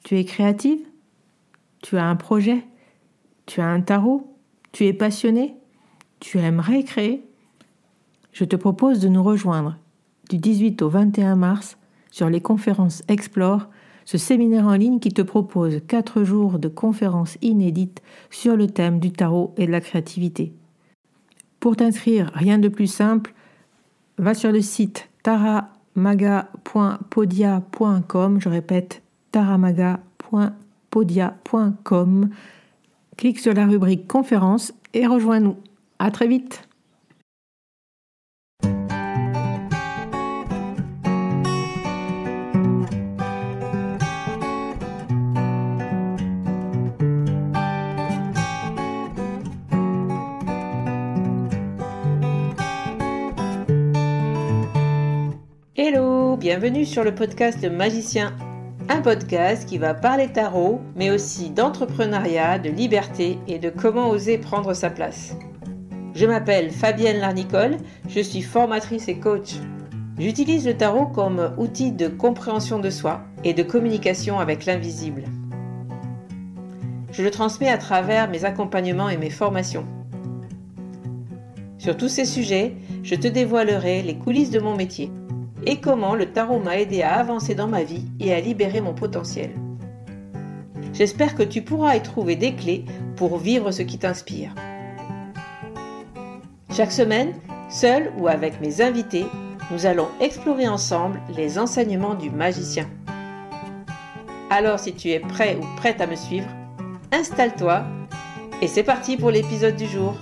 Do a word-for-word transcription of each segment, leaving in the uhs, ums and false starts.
Tu es créative? Tu as un projet? Tu as un tarot? Tu es passionné? Tu aimerais créer? Je te propose de nous rejoindre du dix-huit au vingt et un mars sur les conférences Explore, ce séminaire en ligne qui te propose quatre jours de conférences inédites sur le thème du tarot et de la créativité. Pour t'inscrire, rien de plus simple, va sur le site taramaga point podia point com, je répète taramaga point podia point com, clique sur la rubrique conférences et rejoins-nous. À très vite. Hello, bienvenue sur le podcast Le Magicien, un podcast qui va parler tarot, mais aussi d'entrepreneuriat, de liberté et de comment oser prendre sa place. Je m'appelle Fabienne Larnicole, je suis formatrice et coach. J'utilise le tarot comme outil de compréhension de soi et de communication avec l'invisible. Je le transmets à travers mes accompagnements et mes formations. Sur tous ces sujets, je te dévoilerai les coulisses de mon métier et comment le tarot m'a aidé à avancer dans ma vie et à libérer mon potentiel. J'espère que tu pourras y trouver des clés pour vivre ce qui t'inspire. Chaque semaine, seul ou avec mes invités, nous allons explorer ensemble les enseignements du magicien. Alors si tu es prêt ou prête à me suivre, installe-toi et c'est parti pour l'épisode du jour.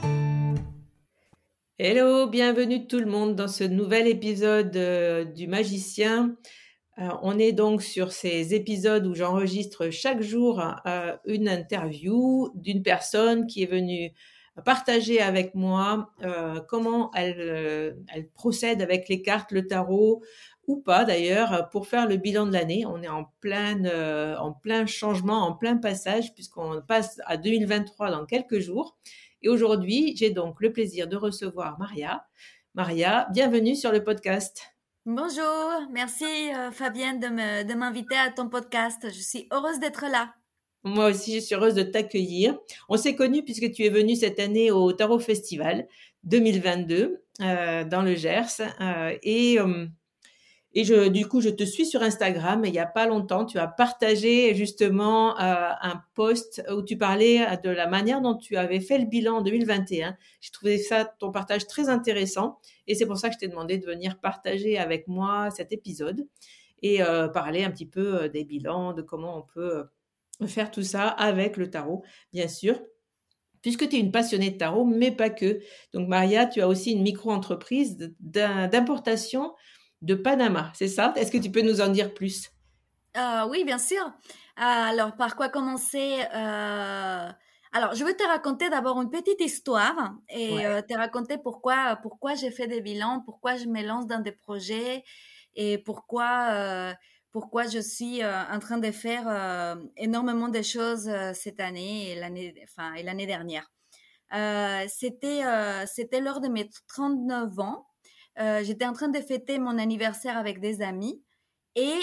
Hello, bienvenue tout le monde dans ce nouvel épisode euh, du magicien. Euh, on est donc sur ces épisodes où j'enregistre chaque jour euh, une interview d'une personne qui est venue partager avec moi euh, comment elle, euh, elle procède avec les cartes, le tarot ou pas d'ailleurs pour faire le bilan de l'année. On est en plein, euh, en plein changement, en plein passage puisqu'on passe à deux mille vingt-trois dans quelques jours. Et aujourd'hui, j'ai donc le plaisir de recevoir Maria. Maria, bienvenue sur le podcast. Bonjour, merci euh, Fabienne de, me, de m'inviter à ton podcast. Je suis heureuse d'être là. Moi aussi, je suis heureuse de t'accueillir. On s'est connus puisque tu es venue cette année au Tarot Festival deux mille vingt-deux euh, dans le Gers. Euh, et euh, et je, du coup, je te suis sur Instagram. Et il n'y a pas longtemps, tu as partagé justement euh, un post où tu parlais de la manière dont tu avais fait le bilan en deux mille vingt et un. J'ai trouvé ça, ton partage très intéressant. Et c'est pour ça que je t'ai demandé de venir partager avec moi cet épisode et euh, parler un petit peu des bilans, de comment on peut faire tout ça avec le tarot, bien sûr, puisque tu es une passionnée de tarot, mais pas que. Donc, Maria, tu as aussi une micro-entreprise d'importation de Panama, c'est ça? Est-ce que tu peux nous en dire plus? Euh, oui, bien sûr. Alors, par quoi commencer? euh... Alors, je vais te raconter d'abord une petite histoire et Ouais. euh, te raconter pourquoi, pourquoi j'ai fait des bilans, pourquoi je me lance dans des projets et pourquoi, euh, pourquoi je suis euh, en train de faire euh, énormément de choses euh, cette année et l'année, enfin, et l'année dernière. Euh, c'était, euh, c'était lors de mes trente-neuf ans. Euh, j'étais en train de fêter mon anniversaire avec des amis. Et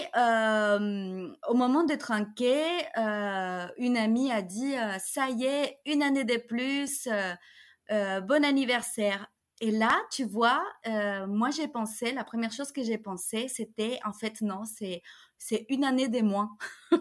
euh, au moment de trinquer, euh, une amie a dit euh, ça y est, une année de plus, euh, euh, bon anniversaire. Et là, tu vois, euh, moi j'ai pensé, la première chose que j'ai pensé, c'était en fait non, c'est c'est une année de moins.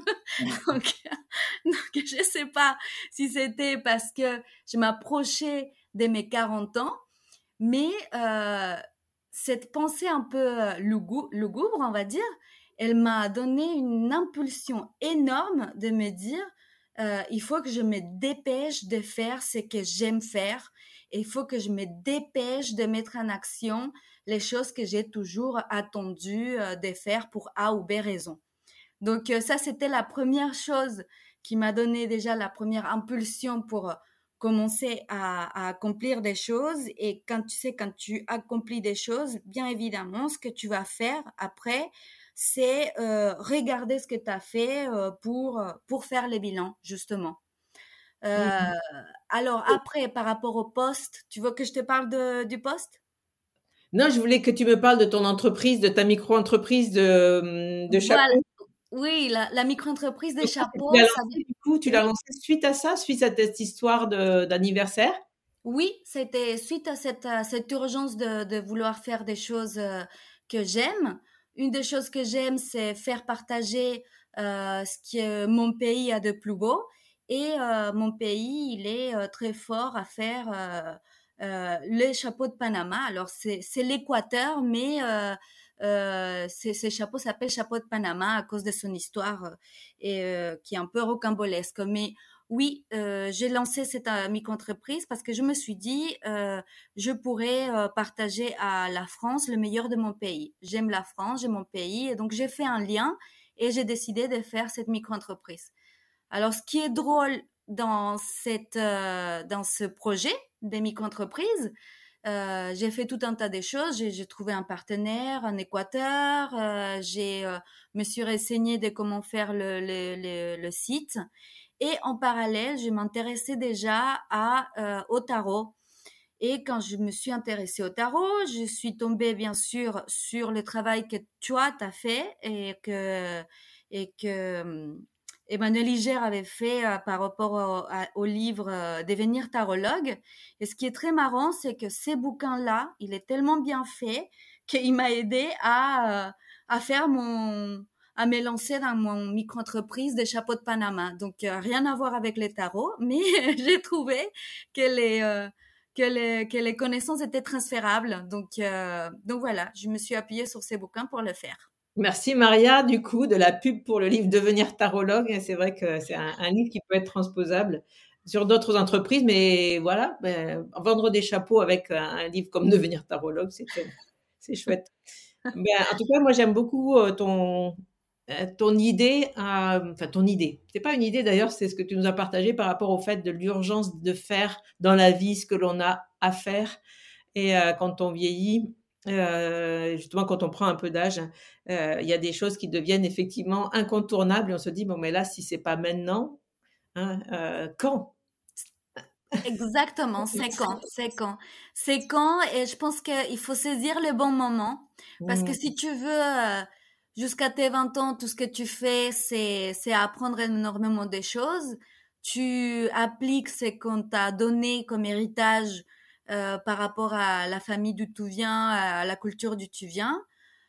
donc, donc je sais pas si c'était parce que je m'approchais de mes quarante ans, mais euh, cette pensée un peu lugu- lugubre, on va dire, elle m'a donné une impulsion énorme de me dire, euh, il faut que je me dépêche de faire ce que j'aime faire. Et il faut que je me dépêche de mettre en action les choses que j'ai toujours attendu euh, de faire pour A ou B raison. Donc euh, ça, c'était la première chose qui m'a donné déjà la première impulsion pour commencer à, à accomplir des choses. Et quand tu sais, quand tu accomplis des choses, bien évidemment, ce que tu vas faire après, c'est euh, regarder ce que tu as fait euh, pour, pour faire les bilans, justement. Euh, Mhm. alors après, par rapport au poste, tu veux que je te parle de, du poste? Non, je voulais que tu me parles de ton entreprise, de ta micro-entreprise de, de Voilà. chapeau. Oui, la, la micro-entreprise des Donc ça, tu chapeaux, l'as ça... lancé du coup, tu l'as Oui, lancé suite à ça, suite à cette histoire de d'anniversaire? oui, c'était suite à cette, à cette urgence de, de vouloir faire des choses euh, que j'aime. Une des choses que j'aime, c'est faire partager euh, ce que mon pays a de plus beau. Et euh, mon pays, il est euh, très fort à faire euh, euh, les chapeaux de Panama. Alors, c'est, c'est l'Équateur, mais euh, euh, ces, ces chapeaux s'appellent chapeaux de Panama à cause de son histoire euh, et euh, qui est un peu rocambolesque. Mais oui, euh, j'ai lancé cette euh, micro-entreprise parce que je me suis dit, euh, je pourrais euh, partager à la France le meilleur de mon pays. J'aime la France, j'aime mon pays, et donc j'ai fait un lien et j'ai décidé de faire cette micro-entreprise. Alors, ce qui est drôle dans cette, euh, dans ce projet des micro-entreprises, euh, j'ai fait tout un tas de choses. J'ai, j'ai trouvé un partenaire, un Équateur. Euh, j'ai euh, me suis renseignée de comment faire le, le, le, le site. Et en parallèle, je m'intéressais déjà à, euh, au tarot. Et quand je me suis intéressée au tarot, je suis tombée bien sûr sur le travail que toi t'as fait et que et que hum, Emmanuel Iger avait fait euh, par rapport au, à- au livre euh, Devenir tarologue. Et ce qui est très marrant, c'est que ces bouquins-là, il est tellement bien fait qu'il m'a aidé à euh, à faire mon à me lancer dans mon micro-entreprise des chapeaux de Panama. Donc euh, rien à voir avec les tarots, mais j'ai trouvé que les euh, que les, que les connaissances étaient transférables. Donc, euh, donc voilà, je me suis appuyée sur ces bouquins pour le faire. Merci Maria, du coup, de la pub pour le livre Devenir tarologue. C'est vrai que c'est un, un livre qui peut être transposable sur d'autres entreprises, mais voilà, ben, vendre des chapeaux avec un, un livre comme Devenir tarologue, c'est très- c'est chouette. Ben, en tout cas, moi j'aime beaucoup euh, ton, euh, ton idée, euh, enfin ton idée. C'est pas une idée d'ailleurs, c'est ce que tu nous as partagé par rapport au fait de l'urgence de faire dans la vie ce que l'on a à faire. Et euh, quand on vieillit, euh, justement quand on prend un peu d'âge, euh, il y a des choses qui deviennent effectivement incontournables et on se dit, bon, mais là, si c'est pas maintenant, hein, euh, quand? Exactement, c'est quand, c'est quand. C'est quand, et je pense qu'il faut saisir le bon moment. Parce que Mm, si tu veux, euh, jusqu'à tes vingt ans, tout ce que tu fais, c'est, c'est apprendre énormément des choses. Tu appliques ce qu'on t'a donné comme héritage euh, par rapport à la famille d'où tu viens, à la culture d'où tu viens.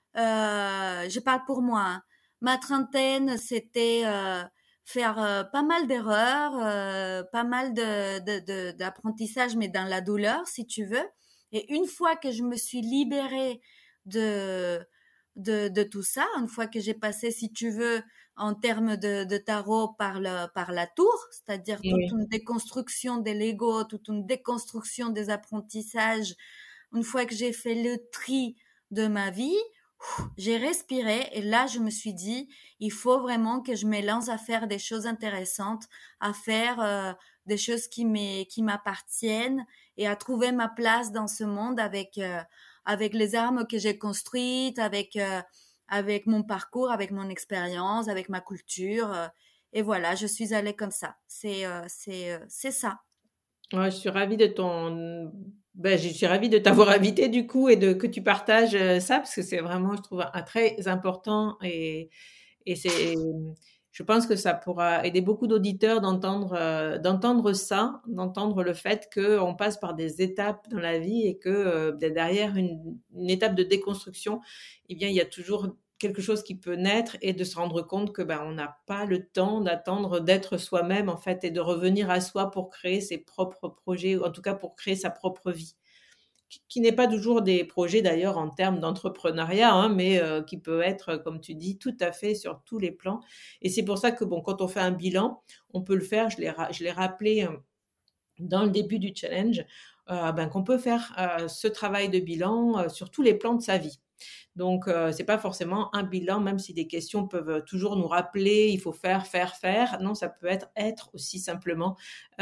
Euh, je parle pour moi, hein. Ma trentaine, c'était euh, faire euh, pas mal d'erreurs, euh, pas mal de, de, de- d'apprentissage, mais dans la douleur, si tu veux. Et une fois que je me suis libérée de, de, de tout ça, une fois que j'ai passé, si tu veux, en termes de, de tarot par, le, par la tour, c'est-à-dire toute oui. une déconstruction des Legos, toute une déconstruction des apprentissages, une fois que j'ai fait le tri de ma vie, j'ai respiré et là, je me suis dit, il faut vraiment que je me lance à faire des choses intéressantes, à faire euh, des choses qui m'est- qui m'appartiennent et à trouver ma place dans ce monde avec, euh, avec les armes que j'ai construites, avec, euh, avec mon parcours, avec mon expérience, avec ma culture. euh, et voilà, je suis allée comme ça. C'est euh, c'est euh, c'est ça. Ouais, je suis ravie de ton, ben, je suis ravie de t'avoir invité du coup et de que tu partages euh, ça parce que c'est vraiment, je trouve, un très important et Et c'est, je pense que ça pourra aider beaucoup d'auditeurs d'entendre, euh, d'entendre ça, d'entendre le fait qu'on passe par des étapes dans la vie et que euh, derrière une, une étape de déconstruction, eh bien, il y a toujours quelque chose qui peut naître et de se rendre compte que ben, on n'a pas le temps d'attendre d'être soi-même en fait et de revenir à soi pour créer ses propres projets ou en tout cas pour créer sa propre vie qui n'est pas toujours des projets d'ailleurs en termes d'entrepreneuriat, hein, mais euh, qui peut être, comme tu dis, tout à fait sur tous les plans. Et c'est pour ça que bon, quand on fait un bilan, on peut le faire. Je l'ai, je l'ai rappelé euh, dans le début du challenge, euh, ben, qu'on peut faire euh, ce travail de bilan euh, sur tous les plans de sa vie. Donc, euh, c'est pas forcément un bilan, même si des questions peuvent toujours nous rappeler, il faut faire, faire, faire. Non, ça peut être être aussi simplement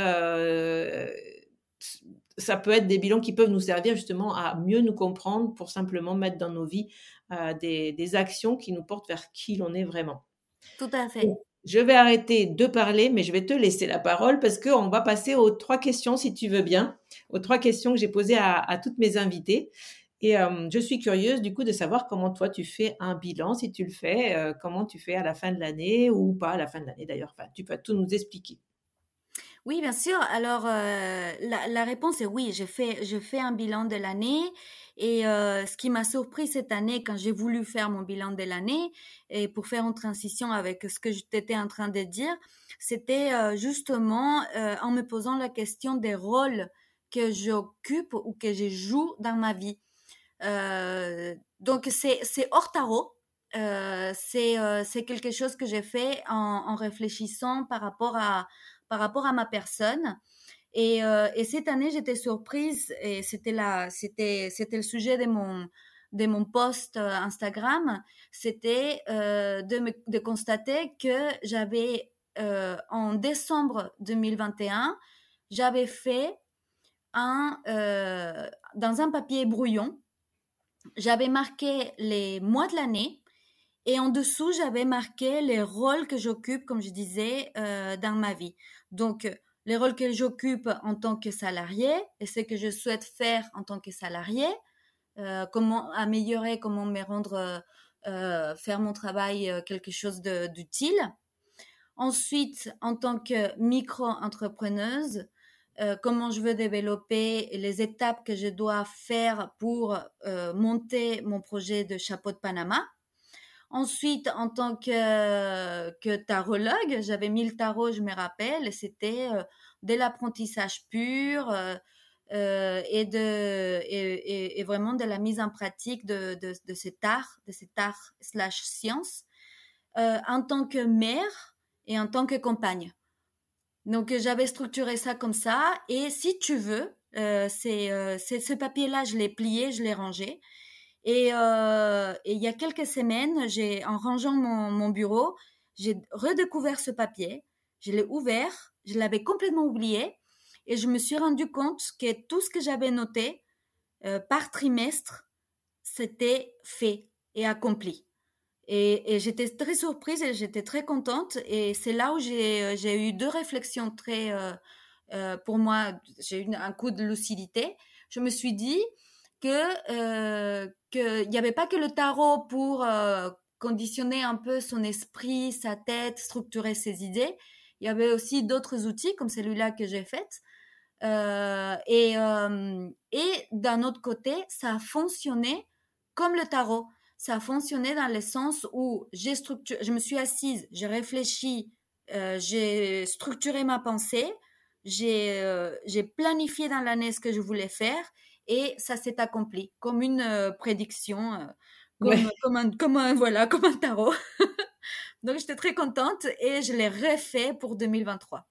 euh, ça peut être des bilans qui peuvent nous servir justement à mieux nous comprendre pour simplement mettre dans nos vies euh, des, des actions qui nous portent vers qui l'on est vraiment. Tout à fait. Bon, je vais arrêter de parler, mais je vais te laisser la parole parce qu'on va passer aux trois questions, si tu veux bien, aux trois questions que j'ai posées à, à toutes mes invitées. Et euh, je suis curieuse du coup de savoir comment toi tu fais un bilan, si tu le fais, euh, comment tu fais à la fin de l'année ou pas à la fin de l'année d'ailleurs. Enfin, tu peux tout nous expliquer. Oui, bien sûr. Alors, euh, la, la réponse est oui. Je fais, je fais un bilan de l'année. Et euh, ce qui m'a surpris cette année, quand j'ai voulu faire mon bilan de l'année, et pour faire une transition avec ce que je t'étais en train de dire, c'était euh, justement euh, en me posant la question des rôles que j'occupe ou que je joue dans ma vie. Euh, donc, c'est, c'est hors tarot. Euh, c'est, euh, c'est quelque chose que j'ai fait en, en réfléchissant par rapport à, par rapport à ma personne. Et, euh, et cette année, j'étais surprise et c'était la, c'était, c'était le sujet de mon, de mon post euh, Instagram. C'était euh, de, me, de constater que j'avais, euh, en décembre deux mille vingt et un, j'avais fait un, euh, dans un papier brouillon, j'avais marqué les mois de l'année et en dessous, j'avais marqué les rôles que j'occupe, comme je disais, euh, dans ma vie. Donc, les rôles que j'occupe en tant que salarié et ce que je souhaite faire en tant que salarié, euh, comment améliorer, comment me rendre, euh, faire mon travail euh, quelque chose de, d'utile. Ensuite, en tant que micro-entrepreneuse, euh, comment je veux développer les étapes que je dois faire pour euh, monter mon projet de chapeau de Panama. Ensuite, en tant que, que tarologue, j'avais mis le tarot, je me rappelle, et c'était euh, de l'apprentissage pur euh, euh, et, de, et, et, et, vraiment de la mise en pratique de, de, de cet art, de cet art slash science, euh, en tant que mère et en tant que compagne. Donc, j'avais structuré ça comme ça. Et si tu veux, euh, c'est, euh, c'est, ce papier-là, je l'ai plié, je l'ai rangé. Et, euh, et il y a quelques semaines, j'ai, en rangeant mon, mon bureau, j'ai redécouvert ce papier. Je l'ai ouvert, je l'avais complètement oublié. Et je me suis rendu compte que tout ce que j'avais noté euh, par trimestre, c'était fait et accompli. Et, et j'étais très surprise et j'étais très contente. Et c'est là où j'ai, j'ai eu deux réflexions très, euh, euh, pour moi, j'ai eu un coup de lucidité. Je me suis dit que euh, qu'il n'y avait pas que le tarot pour euh, conditionner un peu son esprit, sa tête, structurer ses idées. Il y avait aussi d'autres outils comme celui-là que j'ai fait. Euh, et, euh, et d'un autre côté, ça a fonctionné comme le tarot. Ça a fonctionné dans le sens où j'ai structuré, je me suis assise, j'ai réfléchi, euh, j'ai structuré ma pensée, j'ai euh, j'ai planifié dans l'année ce que je voulais faire et ça s'est accompli comme une euh, prédiction, euh, comme Ouais. comme un comme un voilà comme un tarot. Donc j'étais très contente et je l'ai refait pour deux mille vingt-trois.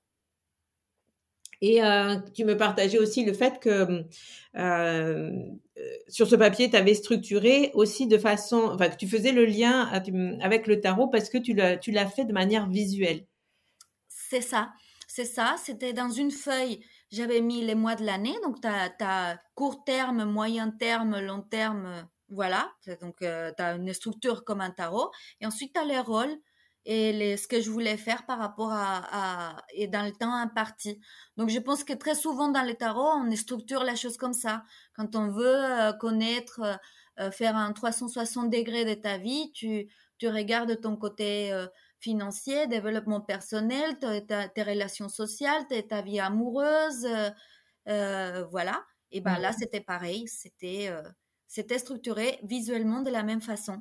Et euh, tu me partageais aussi le fait que euh, sur ce papier, tu avais structuré aussi de façon, enfin, que tu faisais le lien avec le tarot parce que tu l'as, tu l'as fait de manière visuelle. C'est ça, c'est ça. C'était dans une feuille, j'avais mis les mois de l'année, donc tu as court terme, moyen terme, long terme, euh, voilà. Donc euh, tu as une structure comme un tarot. Et ensuite, tu as les rôles et les, ce que je voulais faire par rapport à, à et dans le temps imparti. Donc je pense que très souvent dans les tarots, on structure la chose comme ça. Quand on veut euh, connaître, euh, euh, faire un trois cent soixante degrés de ta vie, tu, tu regardes ton côté euh, financier, développement personnel, ta, tes relations sociales, ta, ta vie amoureuse, euh, euh, voilà. Et ben là, c'était pareil, c'était euh, c'était structuré visuellement de la même façon.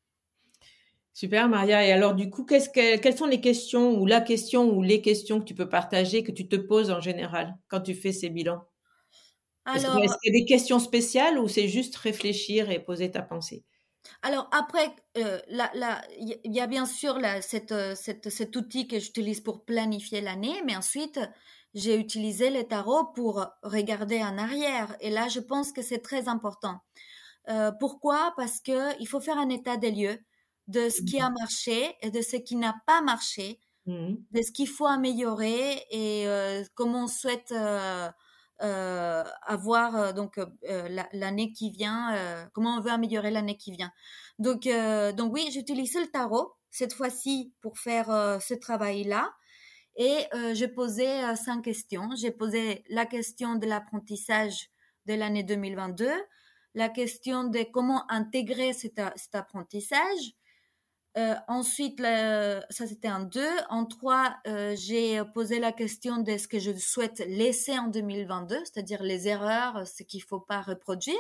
Super, Maria. Et alors, du coup, qu'est-ce que, quelles sont les questions ou la question ou les questions que tu peux partager, que tu te poses en général quand tu fais ces bilans? Est-ce que, est-ce Alors, qu'il y a des questions spéciales ou c'est juste réfléchir et poser ta pensée? alors après, euh, là, là, il y, y a bien sûr là, cette, euh, cette, cet outil que j'utilise pour planifier l'année, mais ensuite, j'ai utilisé les tarots pour regarder en arrière. Et là, je pense que c'est très important. Euh, pourquoi? Parce que il faut faire un état des lieux de ce qui a marché et de ce qui n'a pas marché, Mhm. de ce qu'il faut améliorer et euh, comment on souhaite euh, euh, avoir euh, donc euh, la- l'année qui vient, euh, comment on veut améliorer l'année qui vient. Donc euh, donc oui, j'utilise le tarot cette fois-ci pour faire euh, ce travail-là. Et euh, j'ai posé euh, cinq questions. J'ai posé la question de l'apprentissage de l'année deux mille vingt-deux, la question de comment intégrer cet, cet apprentissage. Euh, ensuite, le, ça c'était en deux. En trois, euh, j'ai posé la question de ce que je souhaite laisser en deux mille vingt-deux, c'est-à-dire les erreurs, ce qu'il ne faut pas reproduire.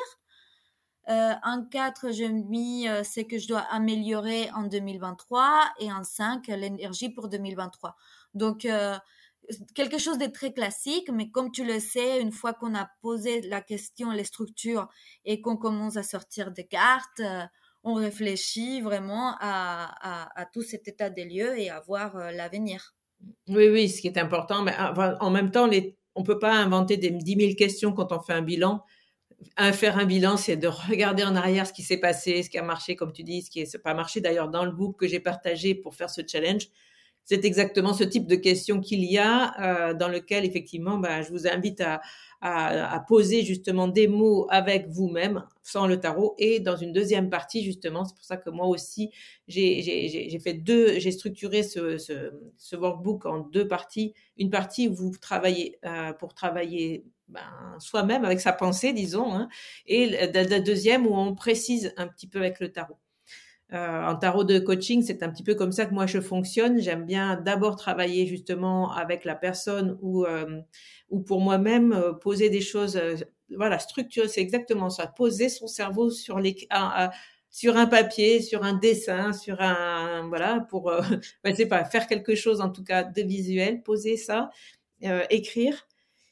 Euh, en quatre, j'ai mis euh, ce que je dois améliorer en deux mille vingt-trois. Et en cinq, l'énergie pour deux mille vingt-trois. Donc, euh, quelque chose de très classique, mais comme tu le sais, une fois qu'on a posé la question, les structures, et qu'on commence à sortir des cartes, euh, on réfléchit vraiment à, à, à tout cet état des lieux et à voir euh, l'avenir. Oui, oui, ce qui est important, mais enfin, en même temps, les, on ne peut pas inventer des dix mille questions quand on fait un bilan. Un, faire un bilan, c'est de regarder en arrière ce qui s'est passé, ce qui a marché, comme tu dis, ce qui n'a pas marché. D'ailleurs, dans le book que j'ai partagé pour faire ce challenge, c'est exactement ce type de questions qu'il y a, euh, dans lequel, effectivement, bah, je vous invite à, à, à poser justement des mots avec vous-même, sans le tarot, et dans une deuxième partie, justement, c'est pour ça que moi aussi, j'ai, j'ai, j'ai fait deux, j'ai structuré ce, ce, ce workbook en deux parties. Une partie où vous travaillez euh, pour travailler ben, soi-même avec sa pensée, disons, hein, et la, la deuxième où on précise un petit peu avec le tarot. Euh, en tarot de coaching, c'est un petit peu comme ça que moi je fonctionne. J'aime bien d'abord travailler justement avec la personne ou euh, ou pour moi-même euh, poser des choses. Euh, voilà, structurer, c'est exactement ça. Poser son cerveau sur les un, un, sur un papier, sur un dessin, sur un voilà pour euh, ben, c'est pas faire quelque chose en tout cas de visuel. Poser ça, euh, écrire.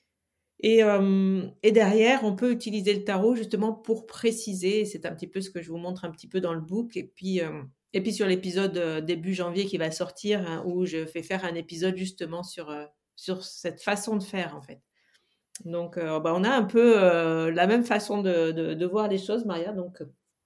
Et, euh, et derrière, on peut utiliser le tarot justement pour préciser. C'est un petit peu ce que je vous montre un petit peu dans le book. Et puis, euh, et puis sur l'épisode euh, début janvier qui va sortir, hein, où je fais faire un épisode justement sur, euh, sur cette façon de faire en fait. Donc, euh, bah, on a un peu euh, la même façon de, de, de voir les choses, Maria. Donc,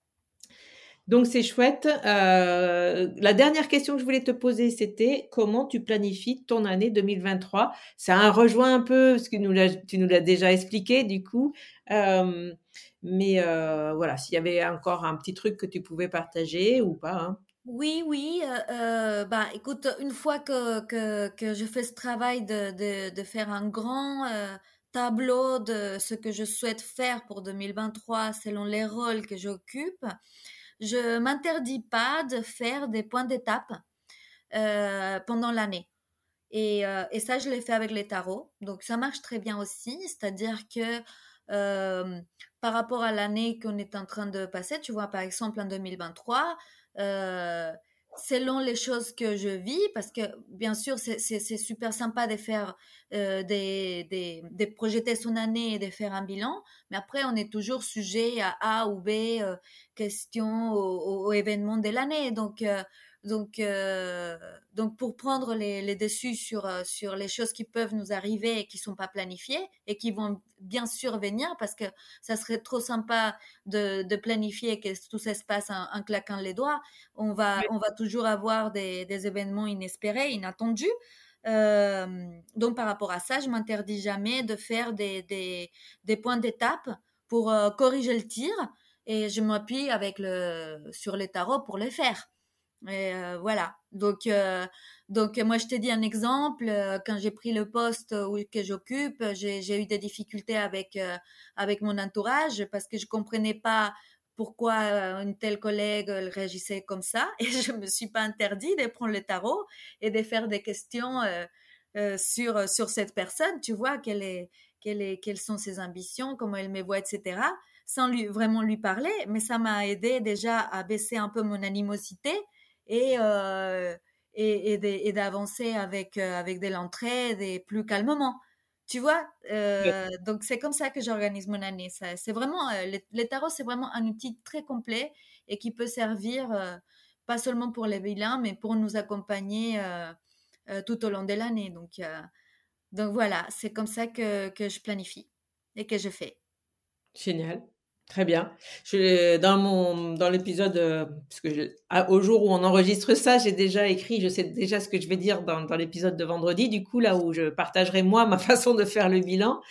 donc c'est chouette. Euh, la dernière question que je voulais te poser, c'était comment tu planifies ton année deux mille vingt-trois. Ça rejoint un peu ce que nous l'a, tu nous l'as déjà expliqué du coup. Euh, mais euh, voilà, s'il y avait encore un petit truc que tu pouvais partager ou pas. Hein. Oui, oui, euh, euh, bah, écoute, une fois que, que, que je fais ce travail de, de, de faire un grand euh, tableau de ce que je souhaite faire pour deux mille vingt-trois selon les rôles que j'occupe, je m'interdis pas de faire des points d'étape euh, pendant l'année. Et, euh, et ça, je l'ai fait avec les tarots. Donc, ça marche très bien aussi. C'est-à-dire que euh, par rapport à l'année qu'on est en train de passer, tu vois, par exemple, en deux mille vingt-trois, euh, selon les choses que je vis, parce que bien sûr, c'est, c'est, c'est super sympa de faire, euh, des, des, de projeter son année et de faire un bilan, mais après, on est toujours sujet à A ou B euh, questions aux, aux événements de l'année. Donc, euh, donc, euh, donc pour prendre les, les dessus sur, euh, sur les choses qui peuvent nous arriver et qui sont pas planifiées et qui vont bien sûr venir parce que ça serait trop sympa de, de planifier que tout ça se passe en, en claquant les doigts. On va, on va toujours avoir des, des événements inespérés, inattendus. Euh, donc par rapport à ça, je m'interdis jamais de faire des, des, des points d'étape pour euh, corriger le tir et je m'appuie avec le, sur les tarots pour les faire. Et euh, voilà. Donc, euh, donc moi, je t'ai dit un exemple. euh, Quand j'ai pris le poste où, que j'occupe, j'ai, j'ai eu des difficultés avec euh, avec mon entourage parce que je comprenais pas pourquoi euh, une telle collègue elle réagissait comme ça. Et je me suis pas interdit de prendre le tarot et de faire des questions euh, euh, sur sur cette personne. Tu vois, quelle est, quelle est, quelles sont ses ambitions, comment elle me voit, et cetera. Sans lui vraiment lui parler, mais ça m'a aidé déjà à baisser un peu mon animosité et, euh, et, et, et d'avancer avec, euh, avec de l'entraide et plus calmement. Tu vois, euh, donc c'est comme ça que j'organise mon année. Ça, c'est vraiment, euh, les, les tarots, c'est vraiment un outil très complet et qui peut servir euh, pas seulement pour les bilans, mais pour nous accompagner euh, euh, tout au long de l'année. Donc, euh, donc voilà, c'est comme ça que, que je planifie et que je fais. Génial. Très bien. Je, dans mon, dans l'épisode, euh, parce que je- à- au jour où on enregistre ça, j'ai déjà écrit, je sais déjà ce que je vais dire dans, dans l'épisode de vendredi, du coup, là où je partagerai moi ma façon de faire le bilan,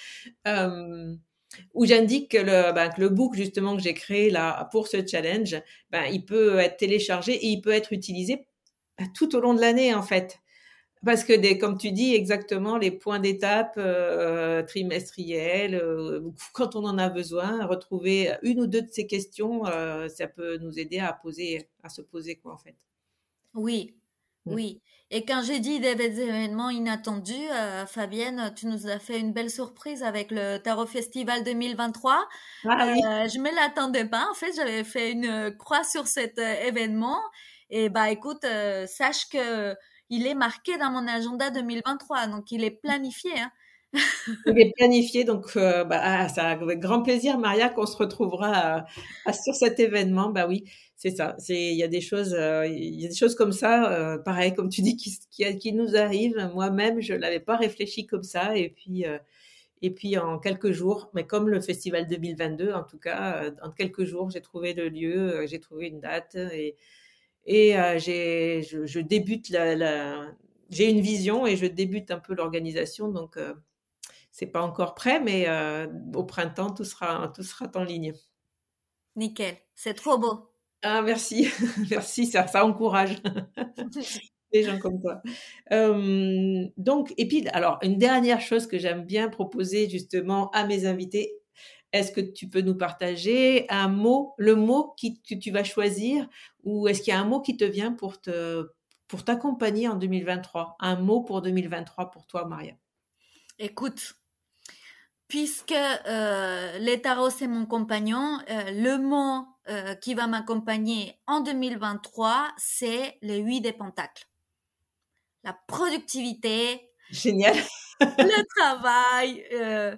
euh, où j'indique que le, ben, que le book justement que j'ai créé là pour ce challenge, ben, il peut être téléchargé et il peut être utilisé ben, tout au long de l'année en fait. Parce que des, comme tu dis exactement, les points d'étape euh, trimestriels, euh, quand on en a besoin, retrouver une ou deux de ces questions, euh, ça peut nous aider à poser, à se poser quoi en fait. Oui, Mm. oui. Et quand j'ai dit des événements inattendus, euh, Fabienne, tu nous as fait une belle surprise avec le Tarot Festival deux mille vingt-trois. Ah oui. Euh, je me l'attendais pas. En fait, j'avais fait une euh, croix sur cet euh, événement. Et bah, écoute, euh, sache que il est marqué dans mon agenda deux mille vingt-trois, donc il est planifié, hein. Il est planifié, donc euh, bah, ah, ça avec grand plaisir, Maria, qu'on se retrouvera euh, à- sur cet événement. Bah oui, c'est ça. C'est il y a des choses, euh, il y a des choses comme ça, euh, pareil comme tu dis, qui, qui, qui nous arrivent. Moi-même, je l'avais pas réfléchi comme ça, et puis euh, et puis en quelques jours, mais comme le festival deux mille vingt-deux, en tout cas, euh, en quelques jours, j'ai trouvé le lieu, euh, j'ai trouvé une date, et et euh, j'ai je, je débute la, la j'ai une vision et je débute un peu l'organisation, donc. Euh, c'est pas encore prêt, mais euh, au printemps, tout sera, tout sera en ligne. Nickel. C'est trop beau. Ah, merci, merci, ça, ça encourage les gens comme toi. Euh, donc, et puis, alors, une dernière chose que j'aime bien proposer justement à mes invités, est-ce que tu peux nous partager un mot, le mot qui, que tu vas choisir, ou est-ce qu'il y a un mot qui te vient pour te, pour t'accompagner en deux mille vingt-trois? Un mot pour deux mille vingt-trois pour toi, Maria. Écoute, puisque euh, les tarots, c'est mon compagnon, euh, le mot euh, qui va m'accompagner en deux mille vingt-trois, c'est les huit des pentacles. La productivité, Génial. le travail, euh,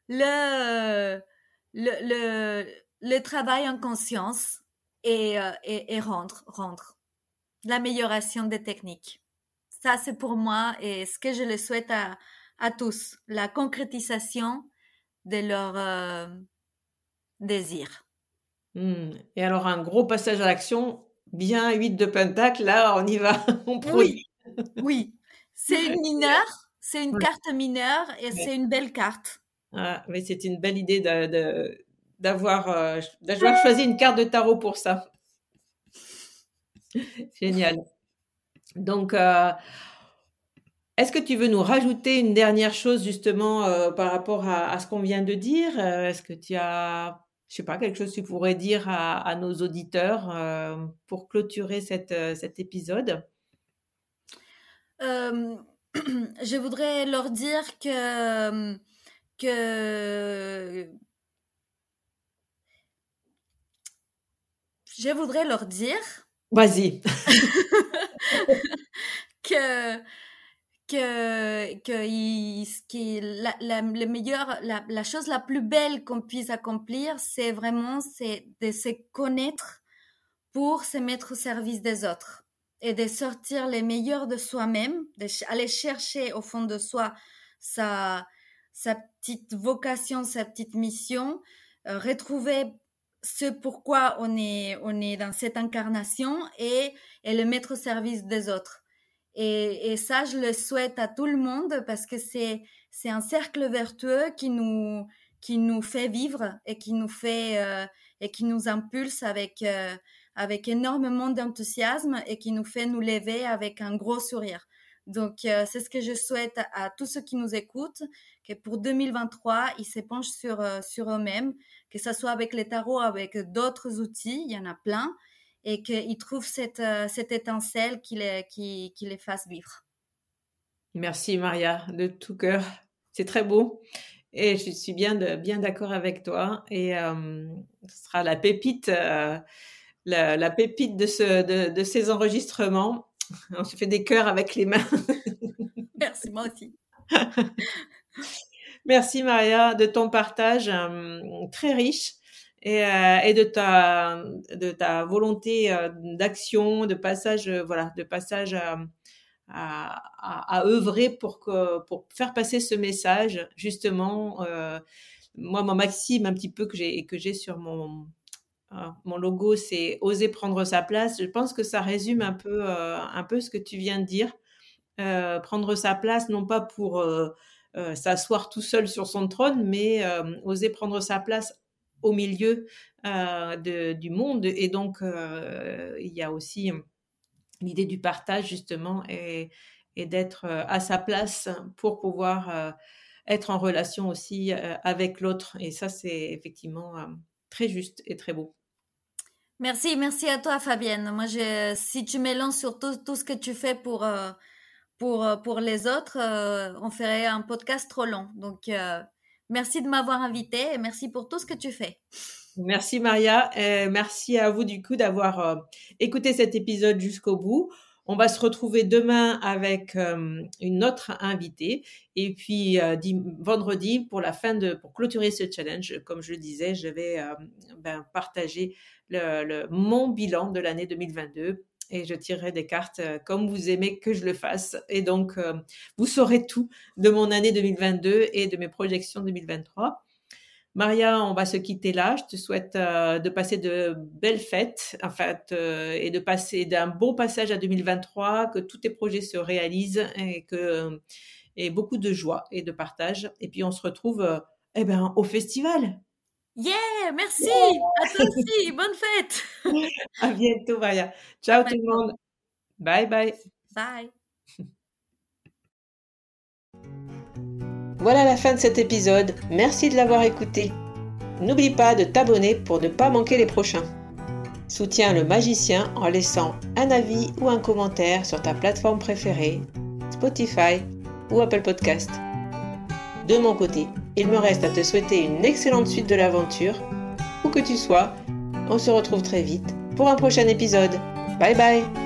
le, le, le, le travail en conscience et, euh, et, et rendre, rendre. L'amélioration des techniques. Ça, c'est pour moi et ce que je le souhaite à, à tous. La concrétisation de leurs euh, désirs. Hmm. Et alors, un gros passage à l'action, bien huit de pentacle, là, on y va, on produit. Oui, oui. C'est une mineure, c'est une Ouais, carte mineure et ouais. c'est une belle carte. Ah, mais c'est une belle idée de, de- d'avoir, euh, d'avoir choisi une carte de tarot pour ça. Génial. Donc, euh, est-ce que tu veux nous rajouter une dernière chose justement euh, par rapport à, à ce qu'on vient de dire? Euh, Est-ce que tu as, je sais pas, quelque chose que tu pourrais dire à, à nos auditeurs euh, pour clôturer cette, euh, cet épisode? Euh, je voudrais leur dire que, que je voudrais leur dire Vas-y. que que que il, ce qui est la, la, le meilleur la, la chose la plus belle qu'on puisse accomplir, c'est vraiment c'est de se connaître pour se mettre au service des autres et de sortir les meilleurs de soi-même, d'aller chercher au fond de soi sa sa petite vocation, sa petite mission, euh, retrouver ce pourquoi on est on est dans cette incarnation et et le mettre au service des autres. Et, et ça, je le souhaite à tout le monde parce que c'est c'est un cercle vertueux qui nous qui nous fait vivre et qui nous fait euh, et qui nous impulse avec euh, avec énormément d'enthousiasme et qui nous fait nous lever avec un gros sourire. Donc euh, c'est ce que je souhaite à, à tous ceux qui nous écoutent, que pour deux mille vingt-trois, ils s'épanchent sur euh, sur eux-mêmes, que ça soit avec les tarots, avec d'autres outils, il y en a plein et qu'ils trouvent cette, euh, cette étincelle qui les, qui, qui les fasse vivre. Merci Maria, de tout cœur. C'est très beau et je suis bien, de, bien d'accord avec toi. Et euh, ce sera la pépite, euh, la, la pépite de, ce, de, de ces enregistrements. On se fait des cœurs avec les mains. Merci, moi aussi. Merci Maria de ton partage euh, très riche et, euh, et de ta de ta volonté euh, d'action, de passage, euh, voilà, de passage à, à, à, à œuvrer pour que pour faire passer ce message justement. Euh, moi, mon maxime un petit peu que j'ai que j'ai sur mon euh, mon logo, c'est oser prendre sa place. Je pense que ça résume un peu euh, un peu ce que tu viens de dire. Euh, prendre sa place, non pas pour euh, euh, s'asseoir tout seul sur son trône, mais euh, oser prendre sa place au milieu euh, de, du monde. Et donc, euh, il y a aussi l'idée du partage, justement. Et, et d'être euh, à sa place pour pouvoir euh, être en relation aussi euh, avec l'autre. Et ça, c'est effectivement euh, très juste et très beau. Merci, merci à toi, Fabienne. Moi, je, si tu mélanges sur tout, tout ce que tu fais pour, euh, pour, euh, pour les autres, euh, on ferait un podcast trop long. Donc, euh, merci de m'avoir invité et merci pour tout ce que tu fais. Merci Maria, et merci à vous du coup d'avoir euh, écouté cet épisode jusqu'au bout. On va se retrouver demain avec euh, une autre invitée et puis euh, vendredi pour la fin de pour clôturer ce challenge, comme je le disais, je vais euh, ben, partager le, le, mon bilan de l'année deux mille vingt-deux et je tirerai des cartes euh, comme vous aimez que je le fasse. Et donc euh, vous saurez tout de mon année deux mille vingt-deux et de mes projections deux mille vingt-trois. Maria, on va se quitter là. Je te souhaite euh, de passer de belles fêtes, en fait, euh, et de passer d'un bon passage à deux mille vingt-trois, que tous tes projets se réalisent et que et beaucoup de joie et de partage. Et puis on se retrouve, euh, eh ben, au festival. Yeah, merci. Yeah. À toi aussi. Bonne fête. À bientôt, Maria. Ciao tout le monde. Bye bye. Bye. Voilà la fin de cet épisode. Merci de l'avoir écouté. N'oublie pas de t'abonner pour ne pas manquer les prochains. Soutiens le magicien en laissant un avis ou un commentaire sur ta plateforme préférée, Spotify ou Apple Podcast. De mon côté, il me reste à te souhaiter une excellente suite de l'aventure. Où que tu sois, on se retrouve très vite pour un prochain épisode. Bye bye!